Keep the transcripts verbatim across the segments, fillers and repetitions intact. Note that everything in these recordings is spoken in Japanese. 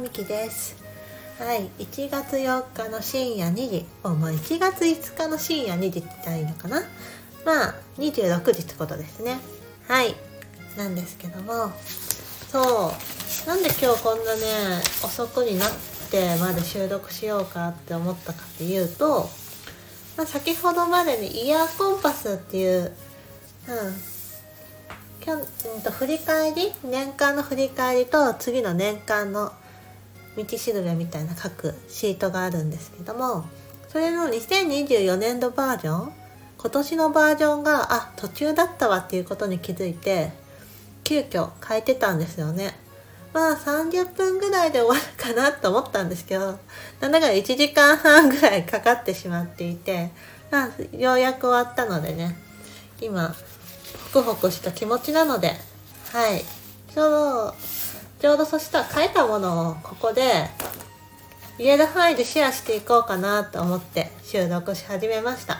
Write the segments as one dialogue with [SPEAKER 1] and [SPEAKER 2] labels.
[SPEAKER 1] みきです。はい、いちがつよっかの深夜にじ、もういちがついつかの深夜にじって言ったらいいのかな。まあにじゅうろくじってことですね。はい、なんですけども、そうなんで今日こんなね遅くになってまで収録しようかって思ったかっていうと、まあ、先ほどまでにイヤーコンパスっていう、うんきょうんと振り返り年間の振り返りと次の年間の道しるべみたいな書くシートがあるんですけども、それのにせんにじゅうよねんどバージョン、今年のバージョンがあ途中だったわっていうことに気づいて急遽変えてたんですよね。まあさんじゅっぷんぐらいで終わるかなと思ったんですけど、なんだかいちじかんはんぐらいかかってしまっていて、まあ、ようやく終わったのでね、今ホクホクした気持ちなので、はい、ちょうどちょうどそしたら書いたものをここで言える範囲でシェアしていこうかなと思って収録し始めました。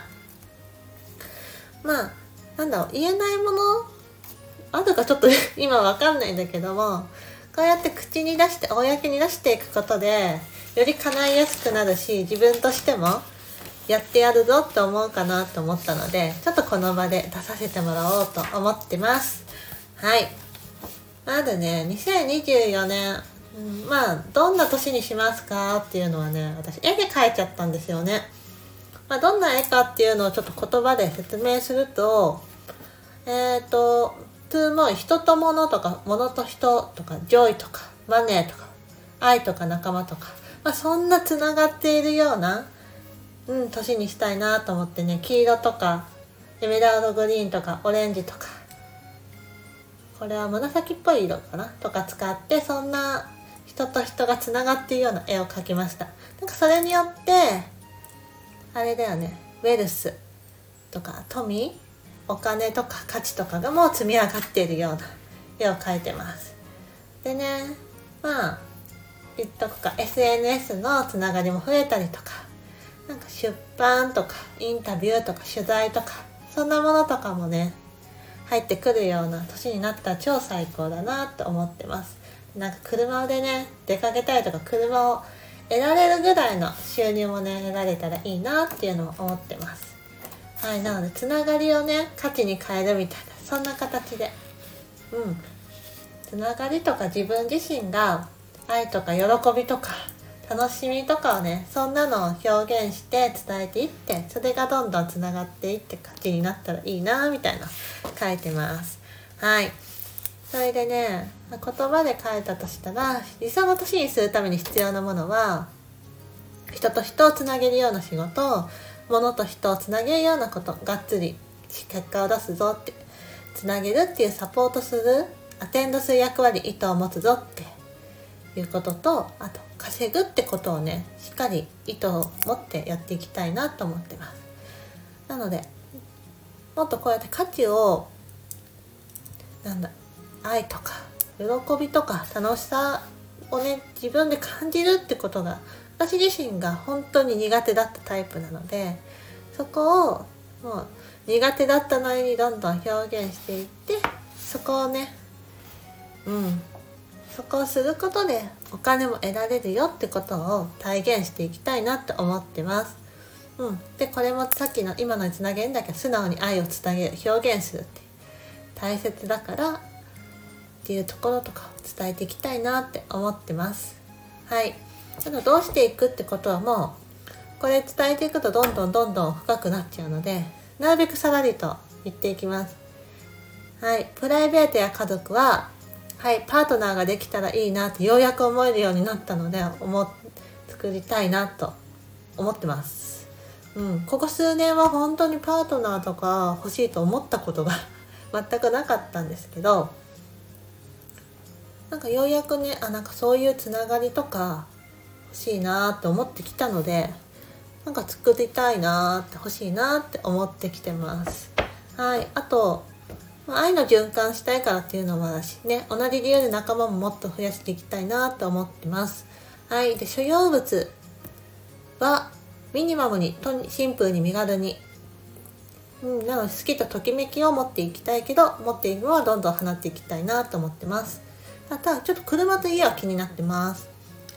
[SPEAKER 1] まあなんだろう、言えないものあるかちょっと今わかんないんだけども、こうやって口に出して公に出していくことでより叶いやすくなるし、自分としてもやってやるぞって思うかなと思ったので、ちょっとこの場で出させてもらおうと思ってます。はい、まずねにせんにじゅうよねん、うん、まあどんな年にしますかっていうのはね、私絵で描いちゃったんですよね。まあ、どんな絵かっていうのをちょっと言葉で説明すると、えっ、ー、とトゥーモイ、人と物とか物と人とかジョイとかマネーとか愛とか仲間とか、まあ、そんなつながっているような、うん、年にしたいなと思ってね、黄色とかエメラルドグリーンとかオレンジとか、これは紫っぽい色かなとか使って、そんな人と人がつながっているような絵を描きました。なんかそれによってあれだよね、ウェルスとか富、お金とか価値とかがもう積み上がっているような絵を描いてます。でね、まあ言っとくか、 エスエヌエス のつながりも増えたりとか、なんか出版とかインタビューとか取材とか、そんなものとかもね入ってくるような年になったら超最高だなと思ってます。なんか車でね出かけたりとか、車を得られるぐらいの収入もね得られたらいいなっていうのを思ってます。はい、なのでつながりをね価値に変えるみたいな、そんな形で、うんつながりとか自分自身が愛とか喜びとか楽しみとかをね、そんなのを表現して伝えていって、それがどんどんつながっていって価値になったらいいなみたいな書いてます。はい、それでね、言葉で書いたとしたら、理想の年にするために必要なものは、人と人をつなげるような仕事、物と人をつなげるようなこと、がっつり結果を出すぞって、つなげるっていうサポートする、アテンドする役割、意図を持つぞっていうことと、あと稼ぐってことをねしっかり意図を持ってやっていきたいなと思ってます。なのでもっとこうやって価値を、なんだ愛とか喜びとか楽しさをね自分で感じるってことが、私自身が本当に苦手だったタイプなので、そこをもう苦手だったなりにどんどん表現していって、そこをねうんそこをすることでお金も得られるよってことを体現していきたいなって思ってます。うん、でこれもさっきの今のにつなげるんだけど、素直に愛を伝える、表現するって大切だからっていうところとかを伝えていきたいなって思ってます。はい、ただどうしていくってことはもうこれ伝えていくとどんどんどんどん深くなっちゃうので、なるべくさらりと言っていきます。はい、プライベートや家族ははい、パートナーができたらいいなってようやく思えるようになったので、思作りたいなと思ってます。うん、ここ数年は本当にパートナーとか欲しいと思ったことが全くなかったんですけど、なんかようやくね、あなんかそういうつながりとか欲しいなって思ってきたので、なんか作りたいなって欲しいなって思ってきてます。はい、あと愛の循環したいからっていうのもあるしね、同じ理由で仲間ももっと増やしていきたいなと思ってます。はい、で所有物はミニマムに、とシンプルに身軽に、うん、なので好きとときめきを持っていきたいけど、持っているのはどんどん放っていきたいなと思ってます。ただちょっと車と家は気になってます。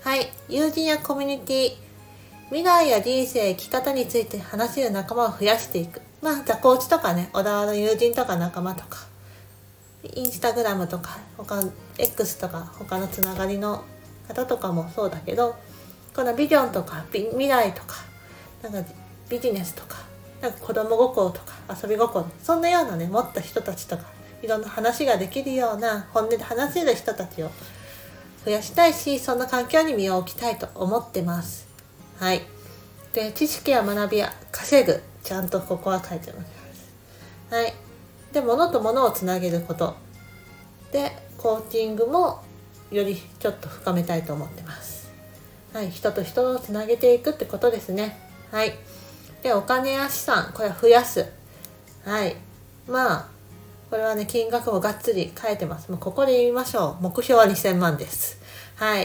[SPEAKER 1] はい、友人やコミュニティ、未来や人生、生き方について話せる仲間を増やしていく。まあ、ザコーチとかね、小田原の友人とか仲間とか、インスタグラムとか、他の X とか、他のつながりの方とかもそうだけど、このビジョンとか、未来とか、なんかビジネスとか、なんか子供心とか、遊び心、そんなようなね、持った人たちとか、いろんな話ができるような、本音で話せる人たちを増やしたいし、そんな環境に身を置きたいと思ってます。はい。で、知識や学びや稼ぐ、ちゃんとここは書いてます。はい。で、物と物をつなげること。で、コーチングもよりちょっと深めたいと思ってます。はい。人と人をつなげていくってことですね。はい。で、お金や資産、これは増やす。はい。まあ、これはね、金額もがっつり書いてます。もうここで言いましょう。目標はにせんまんです。はい。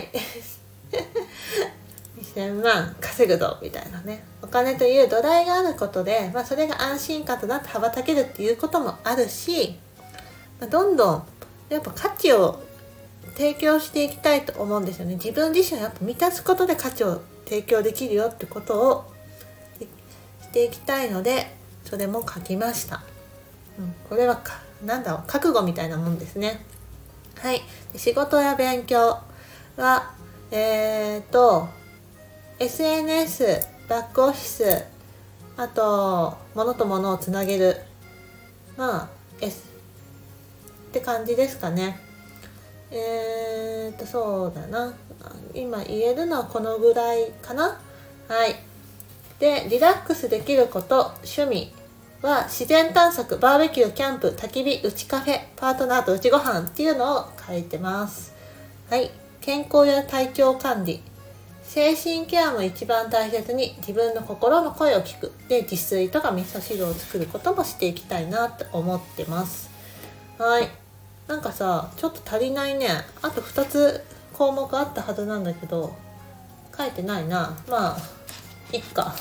[SPEAKER 1] にせんまん稼ぐぞみたいなね。お金という土台があることで、まあ、それが安心感となって羽ばたけるっていうこともあるし、まあ、どんどんやっぱ価値を提供していきたいと思うんですよね。自分自身をやっぱ満たすことで価値を提供できるよってことをしていきたいので、それも書きました。うん、これはかなんだろう、覚悟みたいなもんですね。はい。仕事や勉強はえーと エスエヌエス、バックオフィス、あと物と物をつなげる、まあ S って感じですかね。えーとそうだな、今言えるのはこのぐらいかな。はい。で、リラックスできること、趣味は自然探索、バーベキュー、キャンプ、焚き火、うちカフェ、パートナーとうちご飯っていうのを書いてます。はい。健康や体調管理、精神ケアも一番大切に自分の心の声を聞く。で、自炊とか味噌汁を作ることもしていきたいなって思ってます。はい。なんかさ、ちょっと足りないね。あとふたつ項目あったはずなんだけど、書いてないな。まあ、いっか。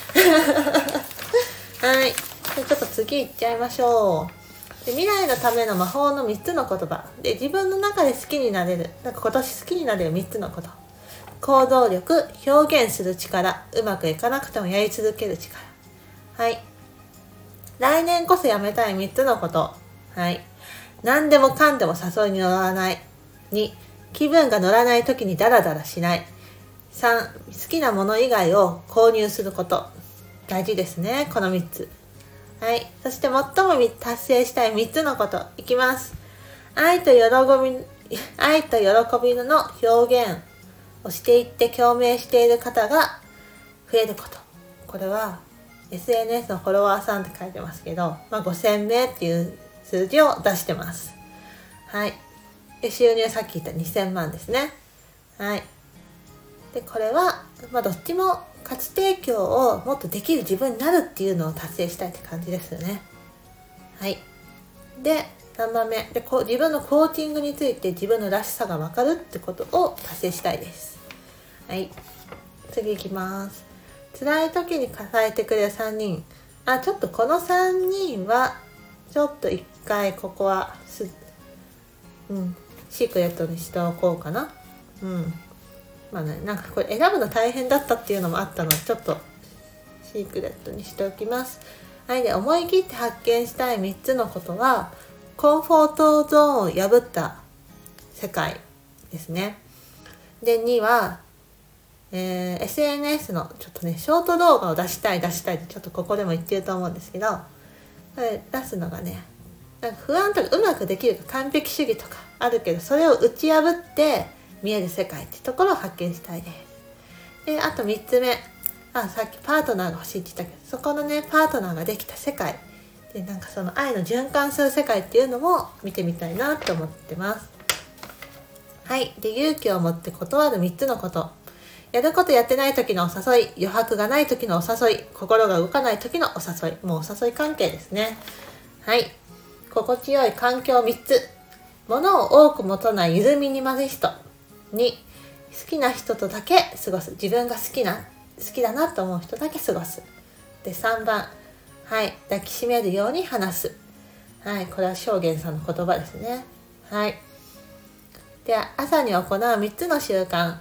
[SPEAKER 1] はい。ちょっと次行っちゃいましょう。で、未来のための魔法のみっつの言葉。で、自分の中で好きになれる。なんか今年好きになれるみっつのこと。行動力、表現する力、うまくいかなくてもやり続ける力。はい。来年こそやめたいみっつのこと。はい。何でもかんでも誘いに乗らない。に、気分が乗らない時にダラダラしない。さん、好きなもの以外を購入すること。大事ですね、このみっつ。はい。そして最も達成したいみっつのこと。いきます。愛と喜び、愛と喜びの表現をしていって共鳴している方が増えること。これは エスエヌエス のフォロワーさんって書いてますけど、まあ、ごせんめいっていう数字を出してます。はい。で、収入さっき言ったにせんまんですね。はい。で、これは、まあ、どっちも価値提供をもっとできる自分になるっていうのを達成したいって感じですよね。はい。で、さんばんめで、こう自分のコーチングについて自分のらしさが分かるってことを達成したいです。はい。次いきます。辛い時に支えてくれるさんにん。あ、ちょっとこのさんにんはちょっと一回ここはす、うん、シークレットにしておこうかな。うん。まあね、なんかこれ選ぶの大変だったっていうのもあったので、ちょっとシークレットにしておきます。はい。で、思い切って発見したいみっつのことは、コンフォートゾーンを破った世界ですね。で、には、えー、エスエヌエス のちょっとね、ショート動画を出したい出したいってちょっとここでも言ってると思うんですけど、これ出すのがね、なんか不安とかうまくできるか完璧主義とかあるけど、それを打ち破って見える世界っていうところを発見したいです。で、あとみっつめ、あ、さっきパートナーが欲しいって言ったけど、そこのね、パートナーができた世界で、なんかその愛の循環する世界っていうのも見てみたいなと思ってます。はい。で、勇気を持って断るみっつのこと。やることやってない時のお誘い、余白がない時のお誘い、心が動かない時のお誘い、もうお誘い関係ですね。はい。心地よい環境みっつ。物を多く持たない緩みにまずい人。に、好きな人とだけ過ごす。自分が好きな、好きだなと思う人だけ過ごす。で、さんばん。はい。抱きしめるように話す。はい。これは正元さんの言葉ですね。はい。では、朝に行うみっつの習慣。こ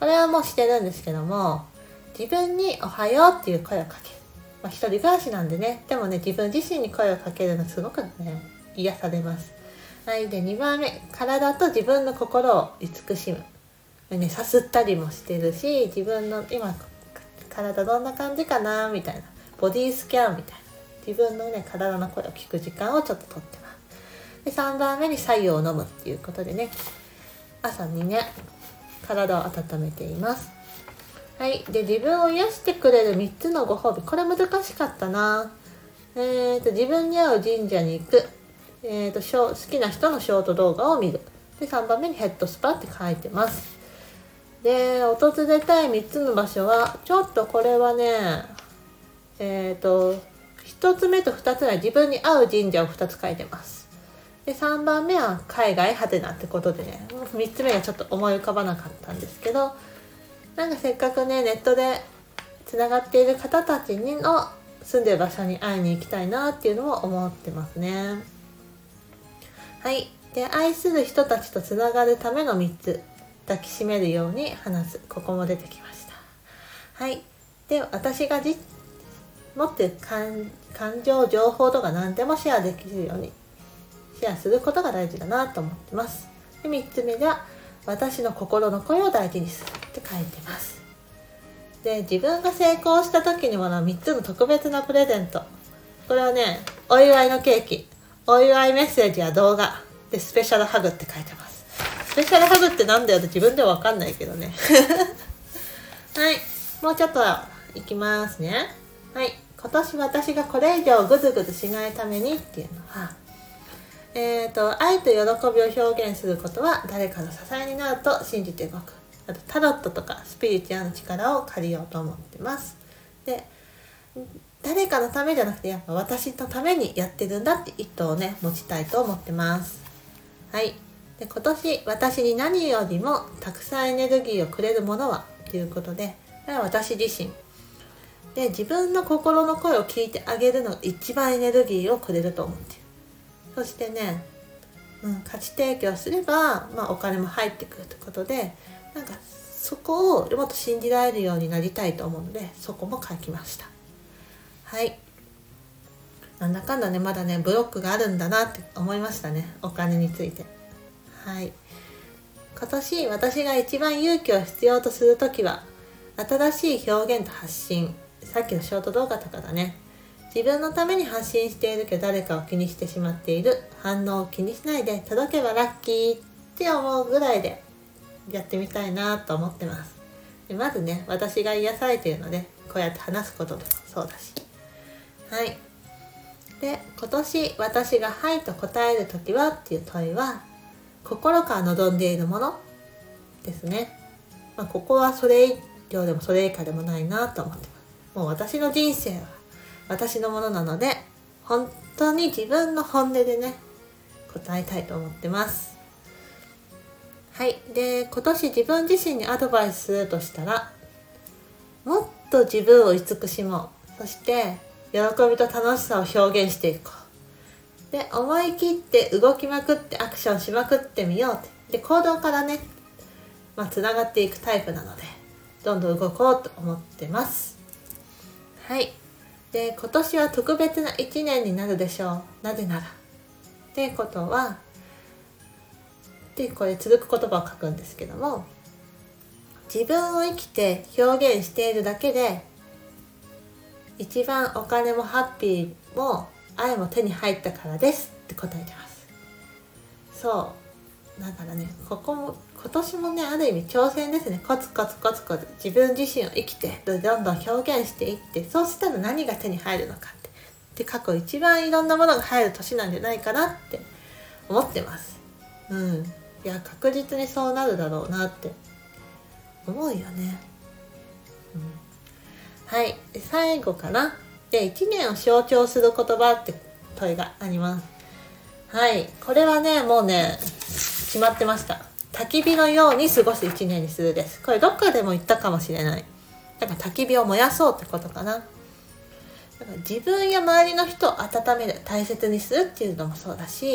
[SPEAKER 1] これはもうしてるんですけども、自分におはようっていう声をかける。まあ、一人暮らしなんでね、でもね、自分自身に声をかけるのすごくね、癒されます。はい、でにばんめ、体と自分の心を慈しむ。ね、さすったりもしてるし、自分の今体どんな感じかなみたいな、ボディスキャンみたいな、自分のね体の声を聞く時間をちょっととってます。でさんばんめに白湯を飲むっていうことでね、朝にね体を温めています。はい、で自分を癒してくれるみっつのご褒美、これ難しかったな。えーと自分に合う神社に行く、えーと好きな人のショート動画を見る、でさんばんめにヘッドスパって書いてます。で訪れたいみっつの場所はちょっとこれはね、えーとひとつめとふたつは自分に合う神社をふたつ書いてます。でさんばんめは海外はてなってことでね、みっつめはちょっと思い浮かばなかったんですけど、なんかせっかくねネットでつながっている方たちの住んでる場所に会いに行きたいなっていうのも思ってますね。はい、で愛する人たちとつながるためのみっつ、抱きしめるように話す、ここも出てきました。はい、で私がじ持っている感情情報とか何でもシェアできるようにシェアすることが大事だなと思ってます。でみっつめが私の心の声を大事にするって書いてます。で自分が成功した時にもらうみっつの特別なプレゼント、これはねお祝いのケーキ、お祝いメッセージや動画でスペシャルハグって書いてます。スペシャルハグってなんだよって自分では分かんないけどねはい、もうちょっといきますね。はい、今年私がこれ以上グズグズしないためにっていうのは、えーと愛と喜びを表現することは誰かの支えになると信じて動く。あとタロットとかスピリチュアルの力を借りようと思ってます。で誰かのためじゃなくてやっぱ私のためにやってるんだって意図をね持ちたいと思ってます。はい、で今年私に何よりもたくさんエネルギーをくれるものはということで、私自身で自分の心の声を聞いてあげるのが一番エネルギーをくれると思っている。そしてね、うん、価値提供すれば、まあ、お金も入ってくるということで、なんかそこをもっと信じられるようになりたいと思うので、そこも書きました。はい、なんだかんだねまだねブロックがあるんだなって思いましたね、お金について。はい、今年私が一番勇気を必要とするときは新しい表現と発信、さっきのショート動画とかだね。自分のために発信しているけど誰かを気にしてしまっている、反応を気にしないで届けばラッキーって思うぐらいでやってみたいなと思ってます。でまずね私が癒されているのでこうやって話すこととかそうだし。はい、で今年私がはいと答えるときはっていう問いは心から望んでいるものですね。まあ、ここはそれ以上でもそれ以下でもないなと思ってます。もう私の人生は私のものなので本当に自分の本音でね答えたいと思ってます。はい、で今年自分自身にアドバイスするとしたら、もっと自分を慈しもう、そして喜びと楽しさを表現していこう。で思い切って動きまくってアクションしまくってみようって。で行動からね、まあ、つながっていくタイプなのでどんどん動こうと思ってます。はい、で今年は特別ないちねんになるでしょう。なぜならってことはでこれ続く言葉を書くんですけども、自分を生きて表現しているだけで一番お金もハッピーも愛も手に入ったからですって答えてます。そうだからね、ここも今年もねある意味挑戦ですね。コツコツコツコツ自分自身を生きてどんどん表現していって、そうしたら何が手に入るのかってで過去一番いろんなものが入る年なんじゃないかなって思ってます。うん、いや確実にそうなるだろうなって思うよね。うん、はい、最後かな。でいちねんを象徴する言葉って問いがあります。はい、これはねもうね決まってました。焚き火のように過ごすいちねんにするです。これどっかでも言ったかもしれない。だから焚き火を燃やそうってことかな。だから自分や周りの人を温める、大切にするっていうのもそうだし、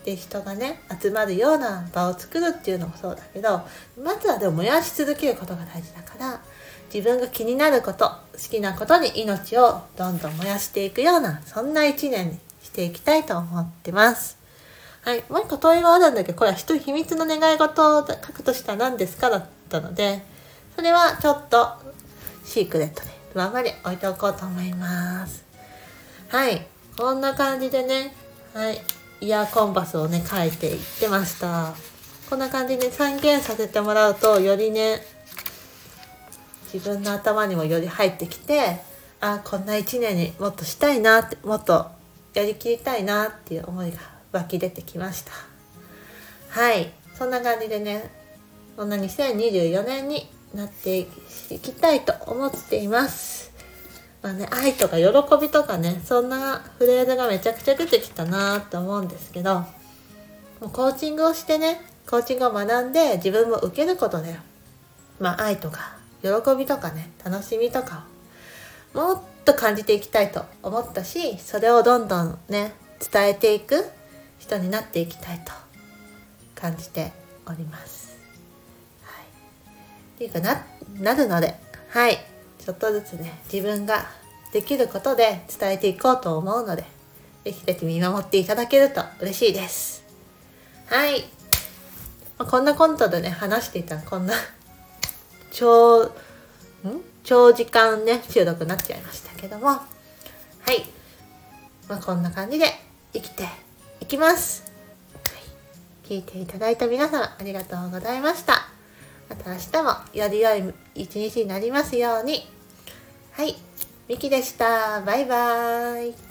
[SPEAKER 1] で人がね集まるような場を作るっていうのもそうだけど、まずはでも燃やし続けることが大事だから、自分が気になること、好きなことに命をどんどん燃やしていくような、そんな一年にしていきたいと思ってます。はい、もう一個問いはあるんだけど、これは人秘密の願い事を書くとしたら何ですかだったので、それはちょっとシークレットでままに置いておこうと思います。はい、こんな感じでね、はい、イヤーコンパスをね書いていってました。こんな感じで再現させてもらうと、よりね自分の頭にもより入ってきて、あ、こんな一年にもっとしたいなって、もっとやりきりたいなっていう思いが湧き出てきました。はい、そんな感じでね、こんなにせんにじゅうよねんになっていきたいと思っています。まあね、愛とか喜びとかね、そんなフレーズがめちゃくちゃ出てきたなと思うんですけど、もうコーチングをしてね、コーチングを学んで自分も受けることで、まあ愛とか喜びとかね、楽しみとかをもっと感じていきたいと思ったし、それをどんどんね伝えていく人になっていきたいと感じております。はい、っていうかな、なるので、はい、ちょっとずつね自分ができることで伝えていこうと思うので、ぜひぜひ見守っていただけると嬉しいです。はい、まあ、こんなコントでね話していたらこんな長ん長時間ね収録になっちゃいましたけども、はい、まあ、こんな感じで生きていきます。はい、聞いていただいた皆様ありがとうございました。また明日もより良い一日になりますように。はい、ミキでした。バイバーイ。